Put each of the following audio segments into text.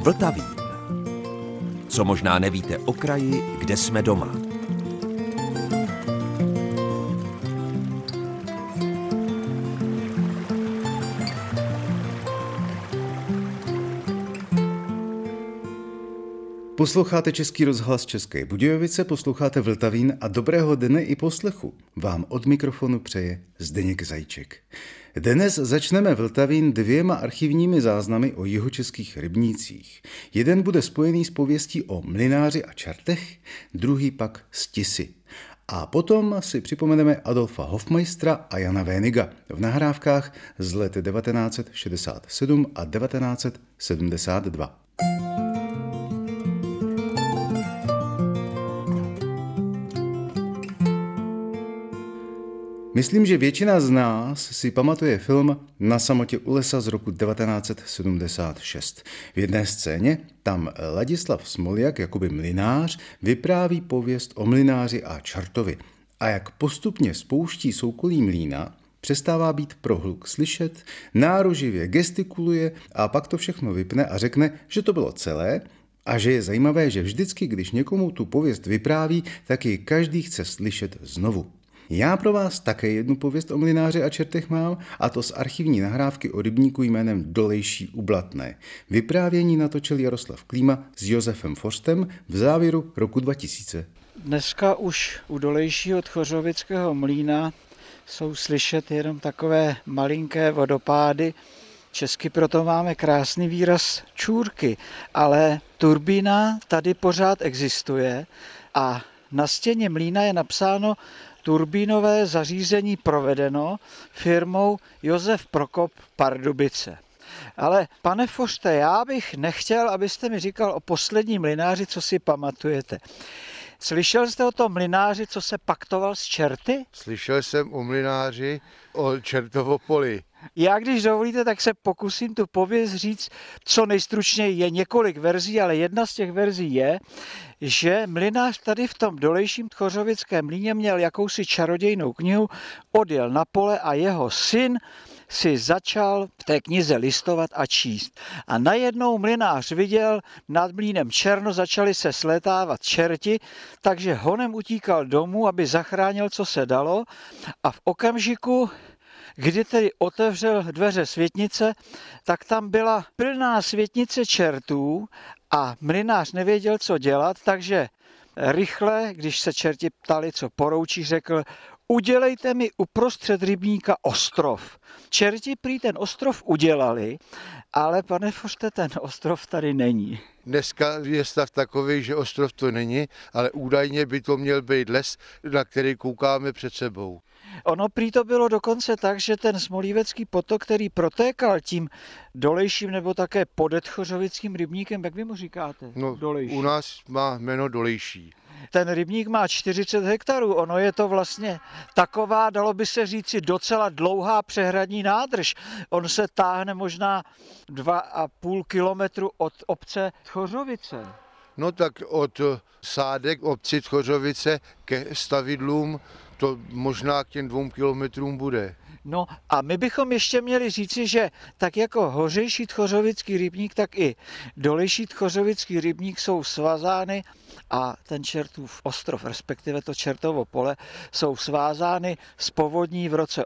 Vltavín. Co možná nevíte o kraji, kde jsme doma. Posloucháte Český rozhlas České Budějovice, posloucháte Vltavín a dobrého dne i poslechu vám od mikrofonu přeje Zdeněk Zajíček. Dnes začneme Vltavín 2 archivními záznamy o jihočeských rybnících. Jeden bude spojený s pověstí o mlynáři a čertech, druhý pak s tisy. A potom si připomeneme Adolfa Hofmeistera a Jana Weniga v nahrávkách z let 1967 a 1972. Myslím, že většina z nás si pamatuje film Na samotě u lesa z roku 1976. V jedné scéně tam Ladislav Smoljak, jakoby mlynář, vypráví pověst o mlynáři a čertovi. A jak postupně spouští soukolí mlýna, přestává být prohluk slyšet, náruživě gestikuluje a pak to všechno vypne a řekne, že to bylo celé a že je zajímavé, že vždycky, když někomu tu pověst vypráví, tak ji každý chce slyšet znovu. Já pro vás také jednu pověst o mlynáři a čertech mám, a to z archivní nahrávky o rybníku jménem Dolejší u Blatné. Vyprávění natočil Jaroslav Klíma s Josefem Forstem v závěru roku 2000. Dneska už u Dolejšího tchořovického mlýna jsou slyšet jenom takové malinké vodopády. Česky proto máme krásný výraz čůrky, ale turbína tady pořád existuje a na stěně mlýna je napsáno turbínové zařízení provedeno firmou Josef Prokop Pardubice. Ale pane Forste, já bych nechtěl, abyste mi říkal o posledním mlynáři, co si pamatujete. Slyšel jste o tom mlynáři, co se paktoval s čerty? Slyšel jsem o mlynáři, o Čertovopoli. Já, když dovolíte, tak se pokusím tu pověst říct, co nejstručněji. Je několik verzí, ale jedna z těch verzí je, že mlynář tady v tom Dolejším tchořovickém mlýně měl jakousi čarodějnou knihu, odjel na pole a jeho syn si začal v té knize listovat a číst. A najednou mlynář viděl nad mlýnem černo, začaly se slétávat čerti, takže honem utíkal domů, aby zachránil, co se dalo, a v okamžiku, kdy tedy otevřel dveře světnice, tak tam byla plná světnice čertů a mlynář nevěděl, co dělat, takže rychle, když se čerti ptali, co poroučí, řekl: udělejte mi uprostřed rybníka ostrov. Čerti prý ten ostrov udělali, ale pane Forste, ten ostrov tady není. Dneska je stav takový, že ostrov to není, ale údajně by to měl být les, na který koukáme před sebou. Ono prý to bylo dokonce tak, že ten Smolívecký potok, který protékal tím Dolejším nebo také podetchořovickým rybníkem, jak vy mu říkáte? No, Dolejší. U nás má jméno Dolejší. Ten rybník má 40 hektarů, ono je to vlastně taková, dalo by se říci, docela dlouhá přehradní nádrž. On se táhne možná 2,5 kilometru od obce Tchořovice. No tak od Sádek obci Tchořovice ke stavidlům to možná k těm 2 kilometrům bude. No a my bychom ještě měli říci, že tak jako Hořejší tchořovický rybník, tak i Dolejší tchořovický rybník jsou svazány a ten Čertův ostrov, respektive to Čertovo pole, jsou svázány s povodní v roce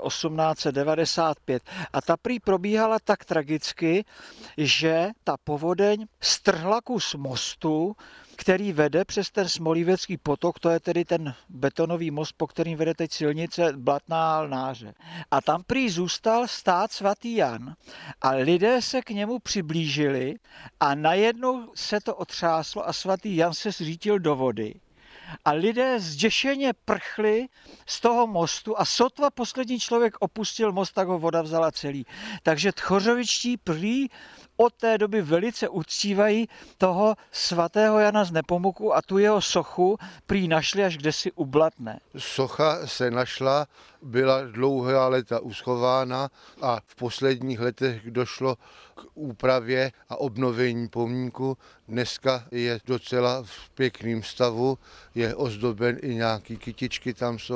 1895. A ta prý probíhala tak tragicky, že ta povodeň strhla kus mostu, který vede přes ten Smolívecký potok, to je tedy ten betonový most, po kterým vede teď silnice Blatná a Lnáře. A tam prý zůstal stát svatý Jan a lidé se k němu přiblížili a najednou se to otřáslo a svatý Jan se zřítil do vody. A lidé zděšeně prchli z toho mostu a sotva poslední člověk opustil most, tak ho voda vzala celý. Takže tchořovičtí prý od té doby velice uctívají toho svatého Jana z Nepomuku a tu jeho sochu prý našli až kdesi u Blatné. Socha se našla, byla dlouhá léta uschována a v posledních letech došlo k úpravě a obnovení pomníku. Dneska je docela v pěkném stavu, je ozdoben, i nějaký kytičky tam jsou.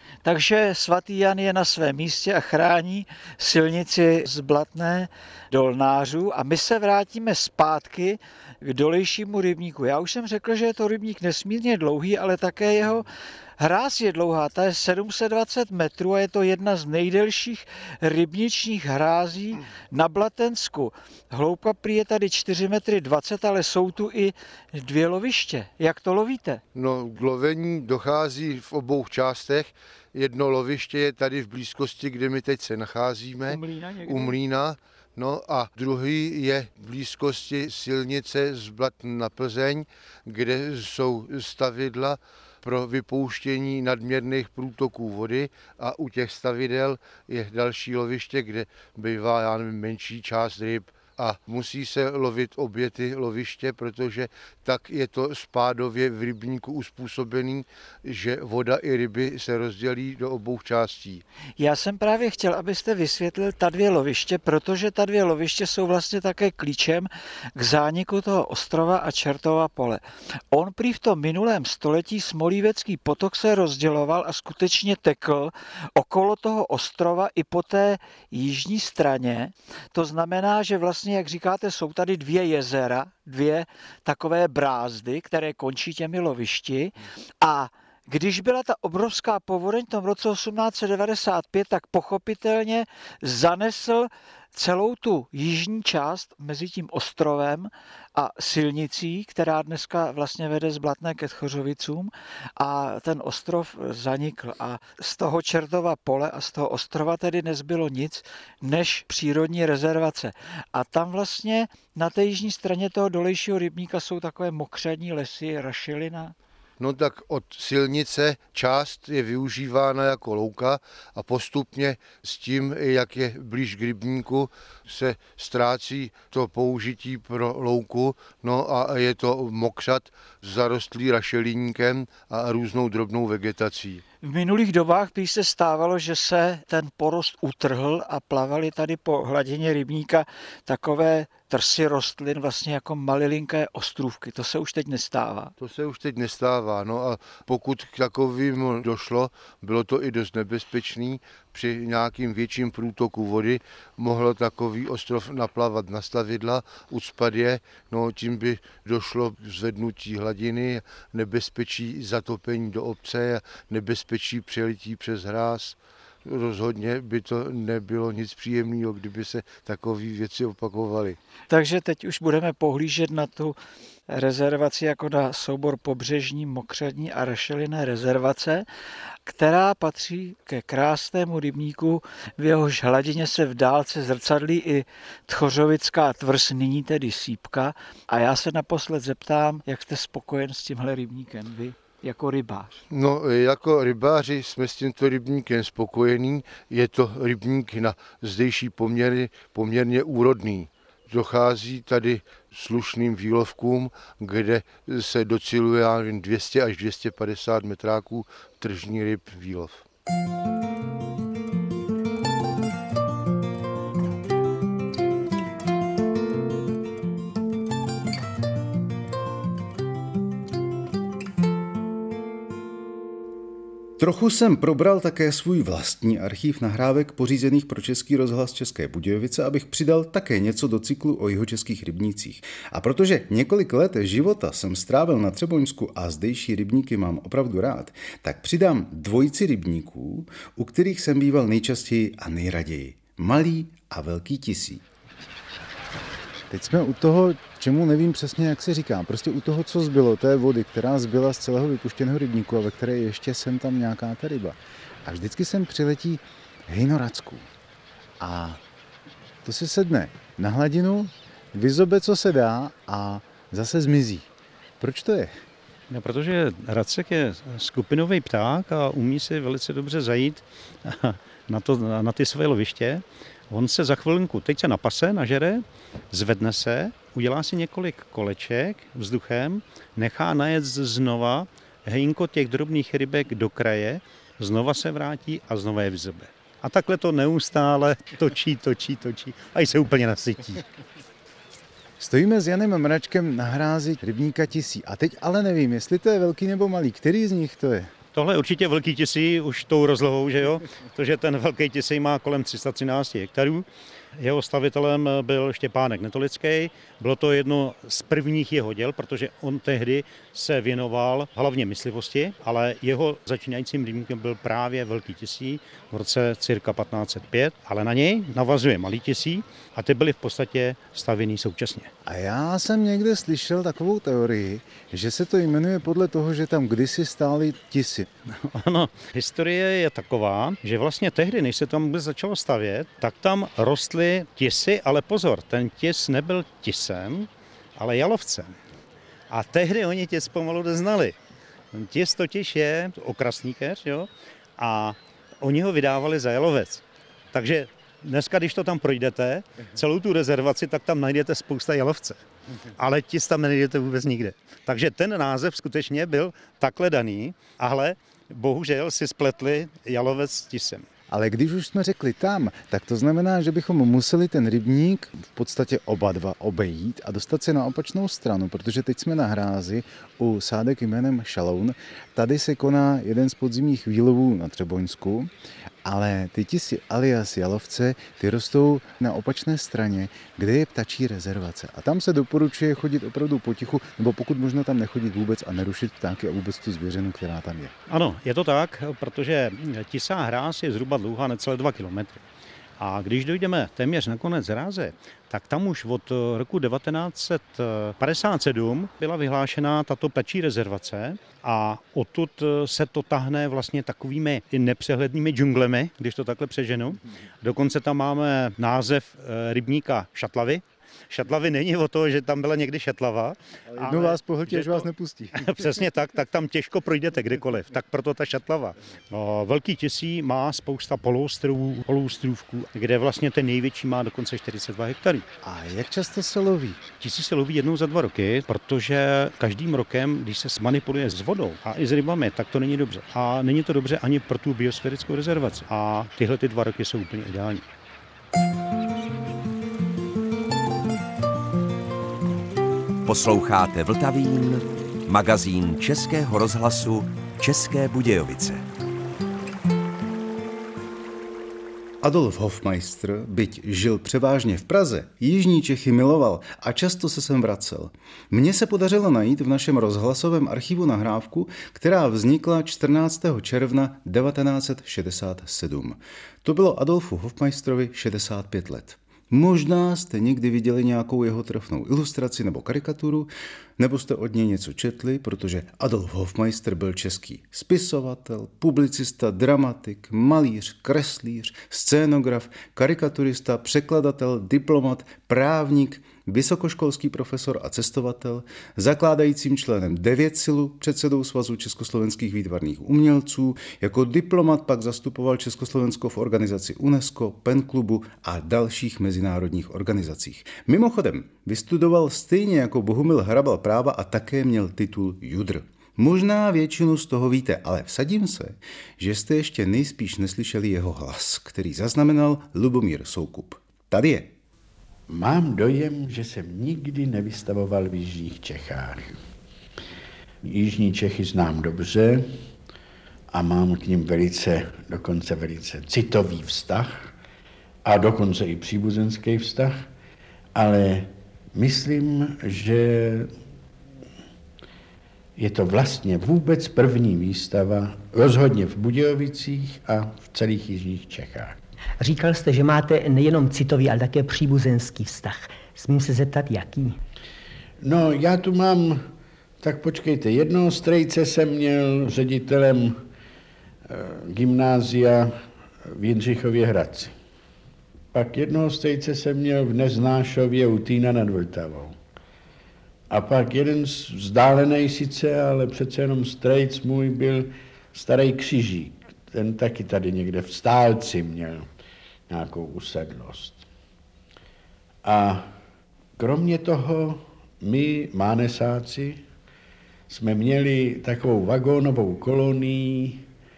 Takže svatý Jan je na svém místě a chrání silnici z Blatné do Lnářů a my se vrátíme zpátky k dolejšímu rybníku. Já už jsem řekl, že je to rybník nesmírně dlouhý, ale také jeho hráz je dlouhá, ta je 720 metrů a je to jedna z nejdelších rybničních hrází na Blatensku. Hloubka prý je tady 4,20 metry, ale jsou tu i 2 loviště. Jak to lovíte? No, k lovení dochází v obou částech. Jedno loviště je tady v blízkosti, kde my teď se nacházíme, u mlýna. No a druhý je v blízkosti silnice z Blatné na Plzeň, kde jsou stavidla pro vypouštění nadměrných průtoků vody a u těch stavidel je další loviště, kde bývá, já nevím, menší část ryb. A musí se lovit obě ty loviště, protože tak je to spádově v rybníku uspůsobený, že voda i ryby se rozdělí do obou částí. Já jsem právě chtěl, abyste vysvětlil ta 2 loviště, protože ta 2 loviště jsou vlastně také klíčem k zániku toho ostrova a Čertova pole. On prý v tom minulém století Smolívecký potok se rozděloval a skutečně tekl okolo toho ostrova i po té jižní straně. To znamená, že vlastně, jak říkáte, jsou tady 2 jezera, 2 takové brázdy, které končí těmi lovišti a když byla ta obrovská povodeň v tom roce 1895, tak pochopitelně zanesl celou tu jižní část mezi tím ostrovem a silnicí, která dneska vlastně vede z Blatné ke Tchořovicům a ten ostrov zanikl a z toho Čertova pole a z toho ostrova tedy nezbylo nic než přírodní rezervace. A tam vlastně na té jižní straně toho dolejšího rybníka jsou takové mokřadní lesy, rašelina. No tak od silnice část je využívána jako louka a postupně s tím, jak je blíž k rybníku, se ztrácí to použití pro louku, no a je to mokřad zarostlý rašelíníkem a různou drobnou vegetací. V minulých dobách prý se stávalo, že se ten porost utrhl a plavaly tady po hladině rybníka takové trsy rostlin, vlastně jako malilinké ostrůvky. To se už teď nestává. To se už teď nestává, no a pokud k takovým došlo, bylo to i dost nebezpečný, při nějakým větším průtoku vody mohlo takový ostrov naplavat na stavidla, ucpat je, no tím by došlo k zvednutí hladiny, nebezpečí zatopení do obce, nebezpečí přelití přes hráz. Rozhodně by to nebylo nic příjemného, kdyby se takové věci opakovaly. Takže teď už budeme pohlížet na tu rezervaci jako na soubor pobřežní, mokřadní a rašelinné rezervace, která patří ke krásnému rybníku, v jehož hladině se v dálce zrcadlí i Tchořovická tvrz, nyní tedy Sýpka. A já se naposled zeptám, jak jste spokojen s tímhle rybníkem vy? Jako rybář? No, jako rybáři jsme s tímto rybníkem spokojení. Je to rybník na zdejší poměry poměrně úrodný. Dochází tady slušným výlovkům, kde se dociluje 200 až 250 metráků tržní ryb výlov. Trochu jsem probral také svůj vlastní archív nahrávek pořízených pro Český rozhlas České Budějovice, abych přidal také něco do cyklu o jihočeských rybnících. A protože několik let života jsem strávil na Třeboňsku a zdejší rybníky mám opravdu rád, tak přidám 2 rybníků, u kterých jsem býval nejčastěji a nejraději. Malý a Velký Tisí. Teď jsme u toho, čemu nevím přesně, jak se říká. Prostě u toho, co zbylo, té vody, která zbyla z celého vypuštěného rybníku a ve které ještě sem tam nějaká ta ryba. A vždycky sem přiletí hejnoracků. A to se sedne na hladinu, vyzobe, co se dá a zase zmizí. Proč to je? No, protože racek je skupinový pták a umí si velice dobře zajít na ty své loviště. On se za chvilinku, teď se napase, nažere, zvedne se, udělá si několik koleček vzduchem, nechá najet znova hejnko těch drobných rybek do kraje, znova se vrátí a znova je vyzobe. A takhle to neustále točí a i se úplně nasytí. Stojíme s Janem Mračkem na hrázi rybníka Tisí. A teď ale nevím, jestli to je velký nebo malý. Který z nich to je? Tohle je určitě velký Tisí, už tou rozlohou, že jo? Protože ten velký Tisí má kolem 313 hektarů. Jeho stavitelem byl Štěpánek Netolický. Bylo to jedno z prvních jeho děl, protože on tehdy se věnoval hlavně myslivosti, ale jeho začínajícím rybníkem byl právě Velký Tisí v roce cirka 1505, ale na něj navazuje Malý Tisí a ty byly v podstatě stavěný současně. A já jsem někde slyšel takovou teorii, že se to jmenuje podle toho, že tam kdysi stály tisy. Ano, historie je taková, že vlastně tehdy, než se tam vůbec začalo stavět, tak tam rostly tisy, ale pozor, ten tis nebyl tisem, ale jalovcem. A tehdy oni tis pomalu neznali. Tis totiž je okrasníkeř, jo, a oni ho vydávali za jalovec. Takže dneska, když to tam projdete, celou tu rezervaci, tak tam najdete spousta jalovce. Ale tis tam nenajdete vůbec nikde. Takže ten název skutečně byl takhle daný, ale bohužel si spletli jalovec s tisem. Ale když už jsme řekli tam, tak to znamená, že bychom museli ten rybník v podstatě oba dva obejít a dostat se na opačnou stranu, protože teď jsme na hrázi u sádek jménem Šaloun. Tady se koná jeden z podzimních výlovů na Třeboňsku, ale ty tisy alias jalovce, ty rostou na opačné straně, kde je ptačí rezervace. A tam se doporučuje chodit opravdu potichu, nebo pokud možno tam nechodit vůbec a nerušit ptáky a vůbec tu zvěřinu, která tam je. Ano, je to tak, protože Tisá hráz je zhruba dlouhá necelé 2 kilometry. A když dojdeme téměř na konec hráze, tak tam už od roku 1957 byla vyhlášena tato ptačí rezervace a odtud se to tahne vlastně takovými nepřehlednými džunglemi, když to takhle přeženu. Dokonce tam máme název rybníka Šatlavy. Šatlavy není o to, že tam byla někdy šatlava. Ale jednou vás pohltí, až vás nepustí. Přesně tak tam těžko projdete kdekoliv. Tak proto ta šatlava. No, Velký Tisí má spousta poloostrůvků, kde vlastně ten největší má dokonce 42 hektarů. A jak často se loví? Tisí se loví jednou za 2 roky, protože každým rokem, když se manipuluje s vodou a i s rybami, tak to není dobře. A není to dobře ani pro tu biosférickou rezervaci. A tyhle 2 roky jsou úplně ideální. Posloucháte Vltavín, magazín Českého rozhlasu České Budějovice. Adolf Hofmeister, byť žil převážně v Praze, jižní Čechy miloval a často se sem vracel. Mně se podařilo najít v našem rozhlasovém archivu nahrávku, která vznikla 14. června 1967. To bylo Adolfu Hofmeisterovi 65 let. Možná jste někdy viděli nějakou jeho trefnou ilustraci nebo karikaturu, nebo jste od něj něco četli, protože Adolf Hofmeister byl český spisovatel, publicista, dramatik, malíř, kreslíř, scénograf, karikaturista, překladatel, diplomat, právník, vysokoškolský profesor a cestovatel, zakládajícím členem 9 silu, předsedou Svazu československých výtvarných umělců, jako diplomat pak zastupoval Československo v organizaci UNESCO, PEN klubu a dalších mezinárodních organizacích. Mimochodem, vystudoval stejně jako Bohumil Hrabal práva a také měl titul judr. Možná většinu z toho víte, ale vsadím se, že jste ještě nejspíš neslyšeli jeho hlas, který zaznamenal Lubomír Soukup. Tady je. Mám dojem, že jsem nikdy nevystavoval v jižních Čechách. Jižní Čechy znám dobře a mám k nim dokonce velice citový vztah a dokonce i příbuzenský vztah, ale myslím, že je to vlastně vůbec první výstava, rozhodně v Budějovicích a v celých jižních Čechách. Říkal jste, že máte nejenom citový, ale také příbuzenský vztah. Smím se zeptat, jaký? No, já tu mám, tak počkejte, jednoho strejce jsem měl ředitelem gymnázia v Jindřichově Hradci. Pak jednoho strejce jsem měl v Neznášově u Týna nad Vltavou. A pak jeden vzdálený sice, ale přece jenom strejc můj byl Starý Křižík. Ten taky tady někde v Stálci měl nějakou usedlost. A kromě toho my, Mánesáci, jsme měli takovou vagónovou kolonii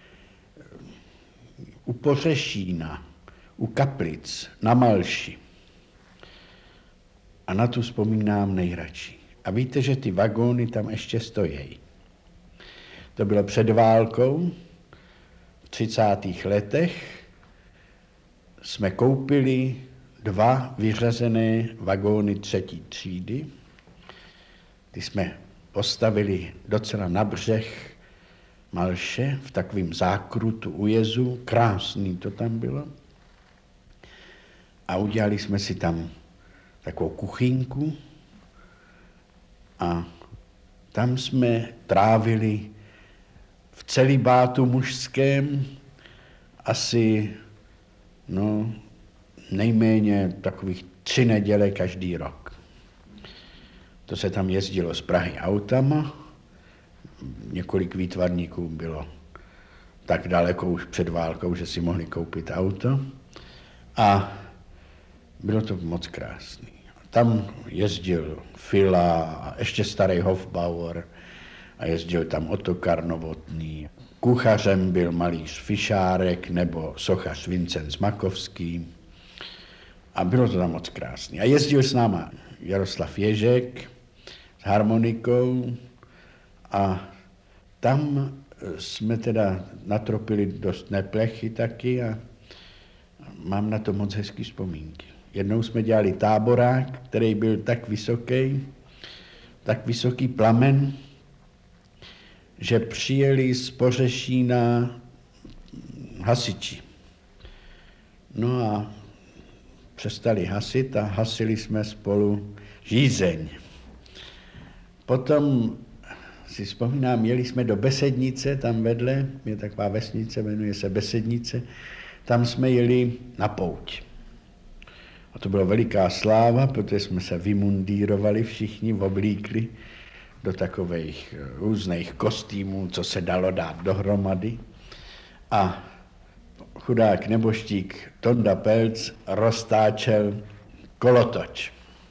u Pořešína, u Kaplic, na Malši. A na tu vzpomínám nejradši. A víte, že ty vagóny tam ještě stojí. to bylo před válkou, v 30. letech, jsme koupili 2 vyřazené vagóny 3. třídy. Ty jsme postavili docela na břeh Malše, v takovém zákrutu u jezu, krásný to tam bylo. A udělali jsme si tam takovou kuchynku a tam jsme trávili v celibátu mužském asi nejméně takových 3 neděle každý rok. To se tam jezdilo z Prahy autama, několik výtvarníků bylo tak daleko už před válkou, že si mohli koupit auto a bylo to moc krásný. Tam jezdil Fila a ještě starý Hofbauer a jezdil tam Ottokar Novotný. Kuchařem byl malíř Fišárek nebo sochař Vincenc Makovský a bylo to tam moc krásný. A jezdil s náma Jaroslav Ježek s harmonikou a tam jsme teda natropili dost plechy taky a mám na to moc hezký vzpomínky. Jednou jsme dělali táborák, který byl tak vysoký plamen, že přijeli z Pořešína hasiči. No a přestali hasit a hasili jsme spolu žízeň. Potom si vzpomínám, jeli jsme do Besednice, tam vedle, je taková vesnice, jmenuje se Besednice, tam jsme jeli na pouť. A to byla veliká sláva, protože jsme se vymundírovali všichni, oblíkli do takových různých kostýmů, co se dalo dát dohromady. A chudák neboštík Tonda Pelc roztáčel kolotoč.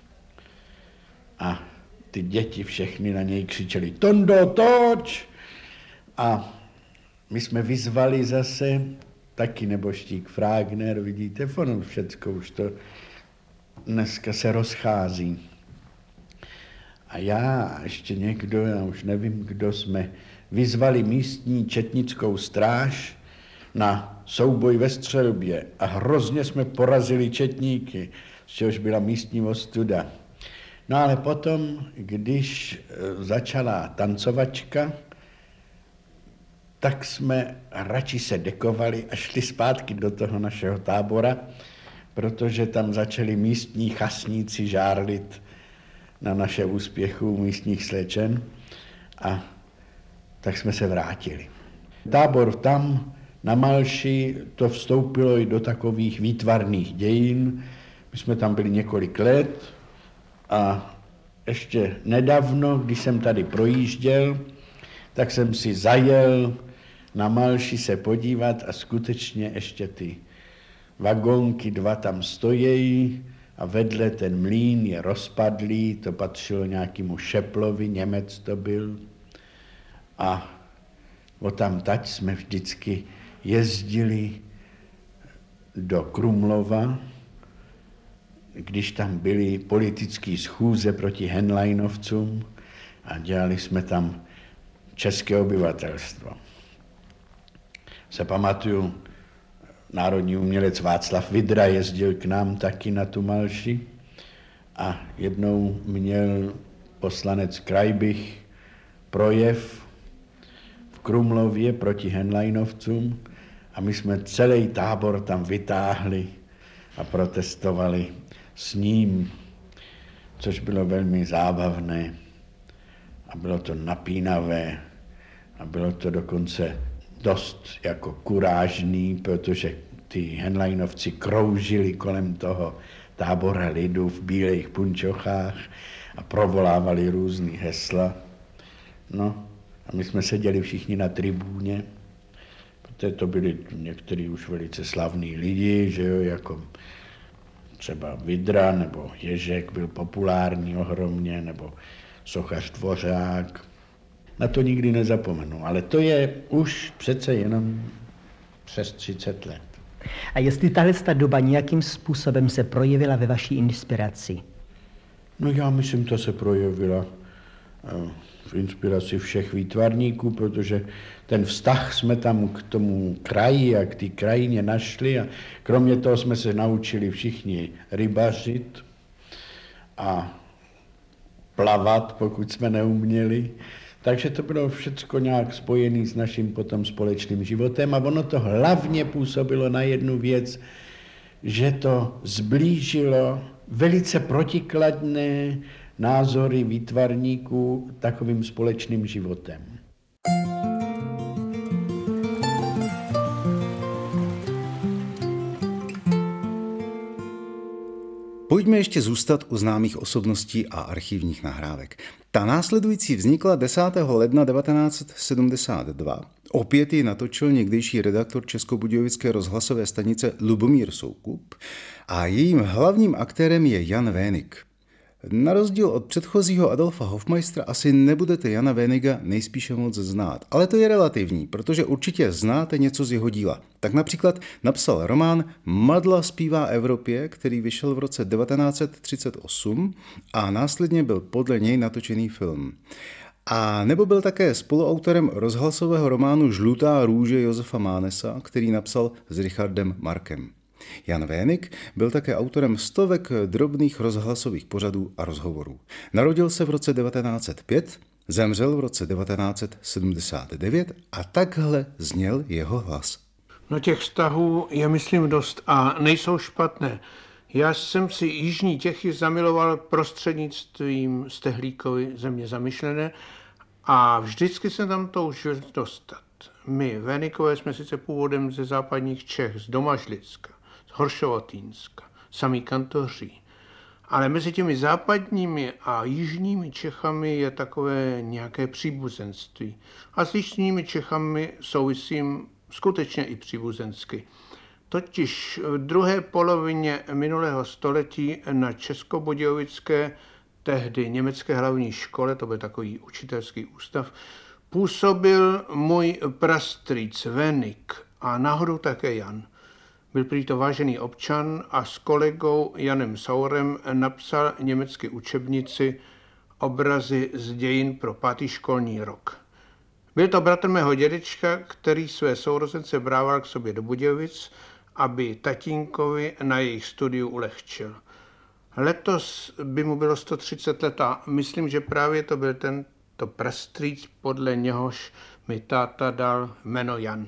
A ty děti všechny na něj křičeli Tondo, toč! A my jsme vyzvali zase taky neboštík Frágner, vidíte, ono všecko už to dneska se rozchází. A já ještě někdo, já už nevím, kdo, jsme vyzvali místní četnickou stráž na souboj ve střelbě a hrozně jsme porazili četníky, z čehož byla místní ostuda. No ale potom, když začala tancovačka, tak jsme radši se dekovali a šli zpátky do toho našeho tábora, protože tam začali místní chasníci žárlit na naše úspěchu místních slečen a tak jsme se vrátili. Tábor tam na Malši to vstoupilo i do takových výtvarných dějin. My jsme tam byli několik let a ještě nedávno, když jsem tady projížděl, tak jsem si zajel na Malši se podívat a skutečně ještě ty vagónky 2 tam stojí a vedle ten mlýn je rozpadlý, to patřilo nějakému Šeplovi, Němec to byl. A odtamtať jsme vždycky jezdili do Krumlova, když tam byly politické schůze proti Henleinovcům a dělali jsme tam české obyvatelstvo. Se pamatuju, národní umělec Václav Vidra jezdil k nám taky na tu Malši a jednou měl poslanec Krajbych projev v Krumlově proti Henleinovcům a my jsme celý tábor tam vytáhli a protestovali s ním, což bylo velmi zábavné a bylo to napínavé a bylo to dokonce dost jako kurážný, protože ty Henleinovci kroužili kolem toho tábora lidu v bílých punčochách a provolávali různý hesla. No a my jsme seděli všichni na tribuně, protože to byli někteří už velice slavní lidi, že jo, jako třeba Vidra nebo Ježek byl populární ohromně, nebo sochař Dvořák. Na to nikdy nezapomenu, ale to je už přece jenom přes 30 let. A jestli tahle doba nějakým způsobem se projevila ve vaší inspiraci? No já myslím, to se projevila v inspiraci všech výtvarníků, protože ten vztah jsme tam k tomu kraji a k té krajině našli a kromě toho jsme se naučili všichni rybařit a plavat, pokud jsme neuměli. Takže to bylo všechno nějak spojené s naším potom společným životem a ono to hlavně působilo na jednu věc, že to zblížilo velice protikladné názory výtvarníků takovým společným životem. Pojďme ještě zůstat u známých osobností a archivních nahrávek. Ta následující vznikla 10. ledna 1972. Opět ji natočil někdejší redaktor Českobudějovické rozhlasové stanice Lubomír Soukup a jejím hlavním aktérem je Jan Wénig. Na rozdíl od předchozího Adolfa Hofmeistera asi nebudete Jana Wéniga nejspíše moc znát, ale to je relativní, protože určitě znáte něco z jeho díla. Tak například napsal román Madla zpívá Evropě, který vyšel v roce 1938 a následně byl podle něj natočený film. A nebo byl také spoluautorem rozhlasového románu Žlutá růže Josefa Mánesa, který napsal s Richardem Markem. Jan Wénig byl také autorem stovek drobných rozhlasových pořadů a rozhovorů. Narodil se v roce 1905, zemřel v roce 1979 a takhle zněl jeho hlas. No těch vztahů je, myslím, dost a nejsou špatné. Já jsem si Jižní Čechy zamiloval prostřednictvím Stehlíkovy Země zamyšlené a vždycky jsem tam toužil dostat. My, Wénigové, jsme sice původem ze západních Čech, z Domažlicka, z Horšovotýnska, samý kantoři. Ale mezi těmi západními a jižními Čechami je takové nějaké příbuzenství. A s jižními Čechami souvisím skutečně i příbuzensky. Totiž v druhé polovině minulého století na Českobudějovické, tehdy německé hlavní škole, to byl takový učitelský ústav, působil můj prastrýc Wénig a náhodou také Jan. Byl prý to vážený občan a s kolegou Janem Saurem napsal německy učebnici Obrazy z dějin pro 5. školní rok. Byl to bratr mého dědečka, který své sourozence brával k sobě do Budějovic, aby tatínkovi na jejich studiu ulehčil. Letos by mu bylo 130 let a myslím, že právě to byl tento prastrýc, podle něhož mi táta dal jméno Jan.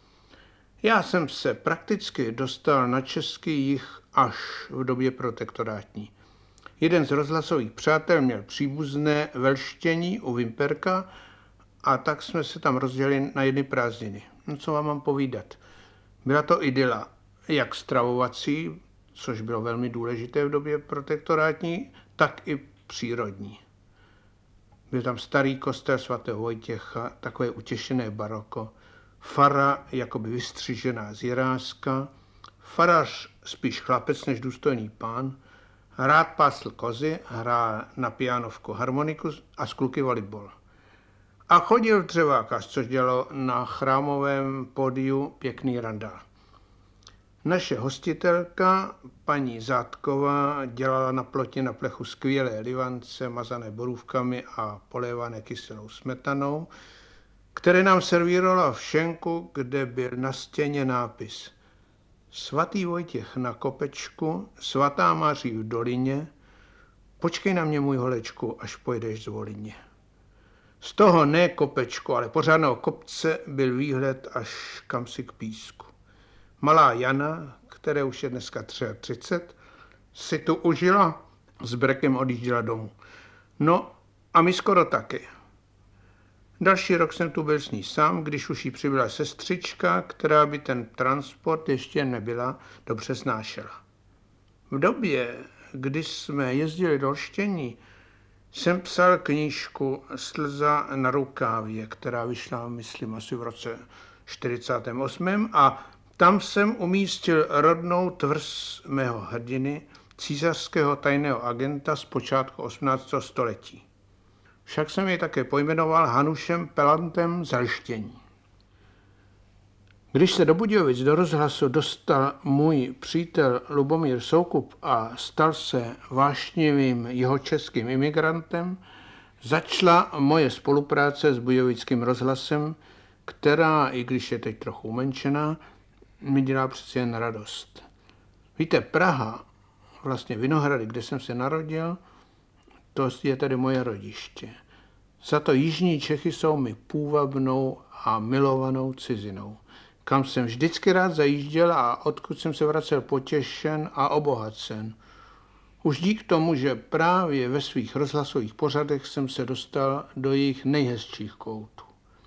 Já jsem se prakticky dostal na český jih až v době protektorátní. Jeden z rozhlasových přátel měl příbuzné velštění u Vimperka a tak jsme se tam rozdělili na jedny prázdniny. No co vám mám povídat? Byla to idyla, jak stravovací, což bylo velmi důležité v době protektorátní, tak i přírodní. Byl tam starý kostel svatého Vojtěcha, takové utěšené baroko, fara jakoby vystřižená z Jiráska, farář spíš chlapec než důstojný pán, rád pásl kozy, hrál na pianovku harmoniku a s kluky volejbal. A chodil v dřevákař, což dělalo na chrámovém pódiu pěkný randál. Naše hostitelka, paní Zátková, dělala na plotně na plechu skvělé livance, mazané borůvkami a polévané kyselou smetanou, které nám servírovala v šenku, kde byl na stěně nápis Svatý Vojtěch na kopečku, svatá Maří v dolině, počkej na mě, můj holečku, až pojedeš z Volině. Z toho ne kopečku, ale pořádného kopce byl výhled až kamsi k písku. Malá Jana, které už je dneska 33, si tu užila, s brekem odjížděla domů. No a my skoro taky. Další rok jsem tu byl s ní sám, když už jí přibyla sestřička, která by ten transport ještě nebyla dobře snášela. V době, kdy jsme jezdili do Lštění, jsem psal knížku Slza na rukávě, která vyšla, myslím, asi v roce 48. A tam jsem umístil rodnou tvrz mého hrdiny, císařského tajného agenta z počátku 18. století. Však jsem jej také pojmenoval Hanušem Pelantem z Lštění. Když se do Budějovic do rozhlasu dostal můj přítel Lubomír Soukup a stal se vášnivým jihočeským imigrantem, začala moje spolupráce s Budějovickým rozhlasem, která, i když je teď trochu umenšená, mi dělá přeci jen radost. Víte, Praha, vlastně Vinohrady, kde jsem se narodil, to je tady moje rodiště. Za to jižní Čechy jsou mi půvabnou a milovanou cizinou, kam jsem vždycky rád zajížděl a odkud jsem se vracel potěšen a obohacen. Už díky tomu, že právě ve svých rozhlasových pořadech jsem se dostal do jejich nejhezčích koutů.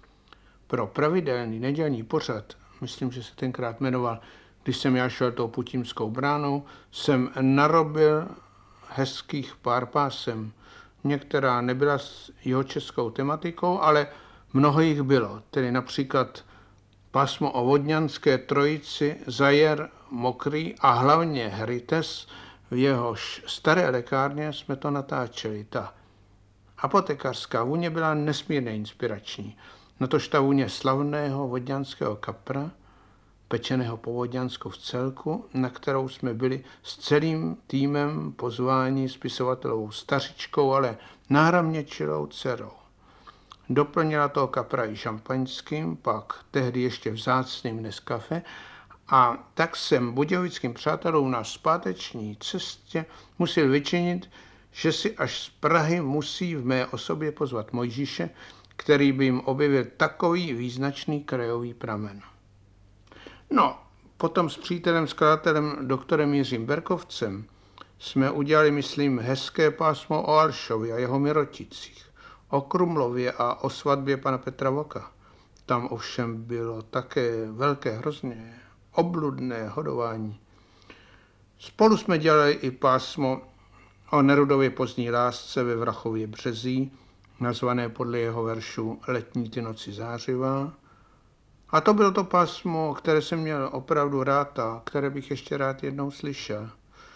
Pro pravidelný nedělní pořad, myslím, že se tenkrát jmenoval Když jsem já šel tou Putímskou bránou, jsem narobil hezkých pár pásem. Některá nebyla s jihočeskou tematikou, ale mnoho jich bylo. Tedy například pásmo o Vodňanské trojici, Zajer, Mokrý a hlavně Herites, v jehož staré lékárně jsme to natáčeli. Ta apotekářská vůně byla nesmírně inspirační. Natož ta vůně slavného vodňanského kapra, pečeného po Vodňansku v celku, na kterou jsme byli s celým týmem pozváni spisovatelovou stařičkou, ale náramně čilou dcerou. Doplnila toho kapra i šampaňským, pak tehdy ještě vzácným Nescafé, a tak jsem budějovickým přátelům na zpáteční cestě musel vyčinit, že si až z Prahy musí v mé osobě pozvat Mojžíše, který by jim objevil takový význačný krajový pramen. No, potom s přítelem, skladatelem doktorem Jiřím Berkovcem jsme udělali, myslím, hezké pásmo o Alšovi a jeho Miroticích, o Krumlově a o svatbě pana Petra Voka. Tam ovšem bylo také velké hrozně obludné hodování. Spolu jsme dělali i pásmo o Nerudově pozdní lásce ve Vrachově Březí, nazvané podle jeho veršu Letní ty noci zářivá. A to bylo to pásmo, které jsem měl opravdu rád a které bych ještě rád jednou slyšel.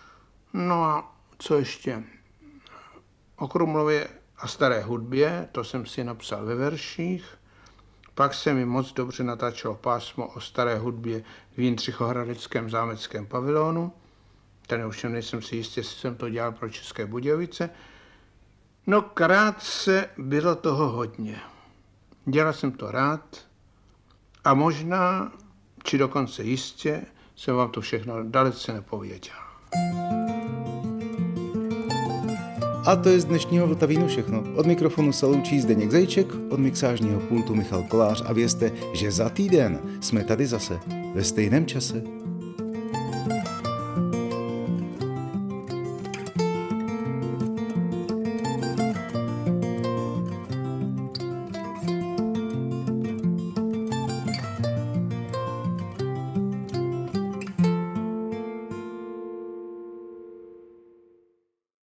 No a co ještě? O Krumlově a staré hudbě, to jsem si napsal ve verších. Pak se mi moc dobře natáčelo pásmo o staré hudbě v Jindřichohradeckém zámeckém pavilonu. Ten ovšem nejsem si jistý, jestli jsem to dělal pro České Budějovice. No krátce bylo toho hodně. Dělal jsem to rád a možná, či dokonce jistě, jsem vám to všechno dalece nepověděl. A to je z dnešního Vltavínu všechno. Od mikrofonu se loučí Zdeněk Zajíček, od mixážního pultu Michal Kolář a vězte, že za týden jsme tady zase ve stejném čase.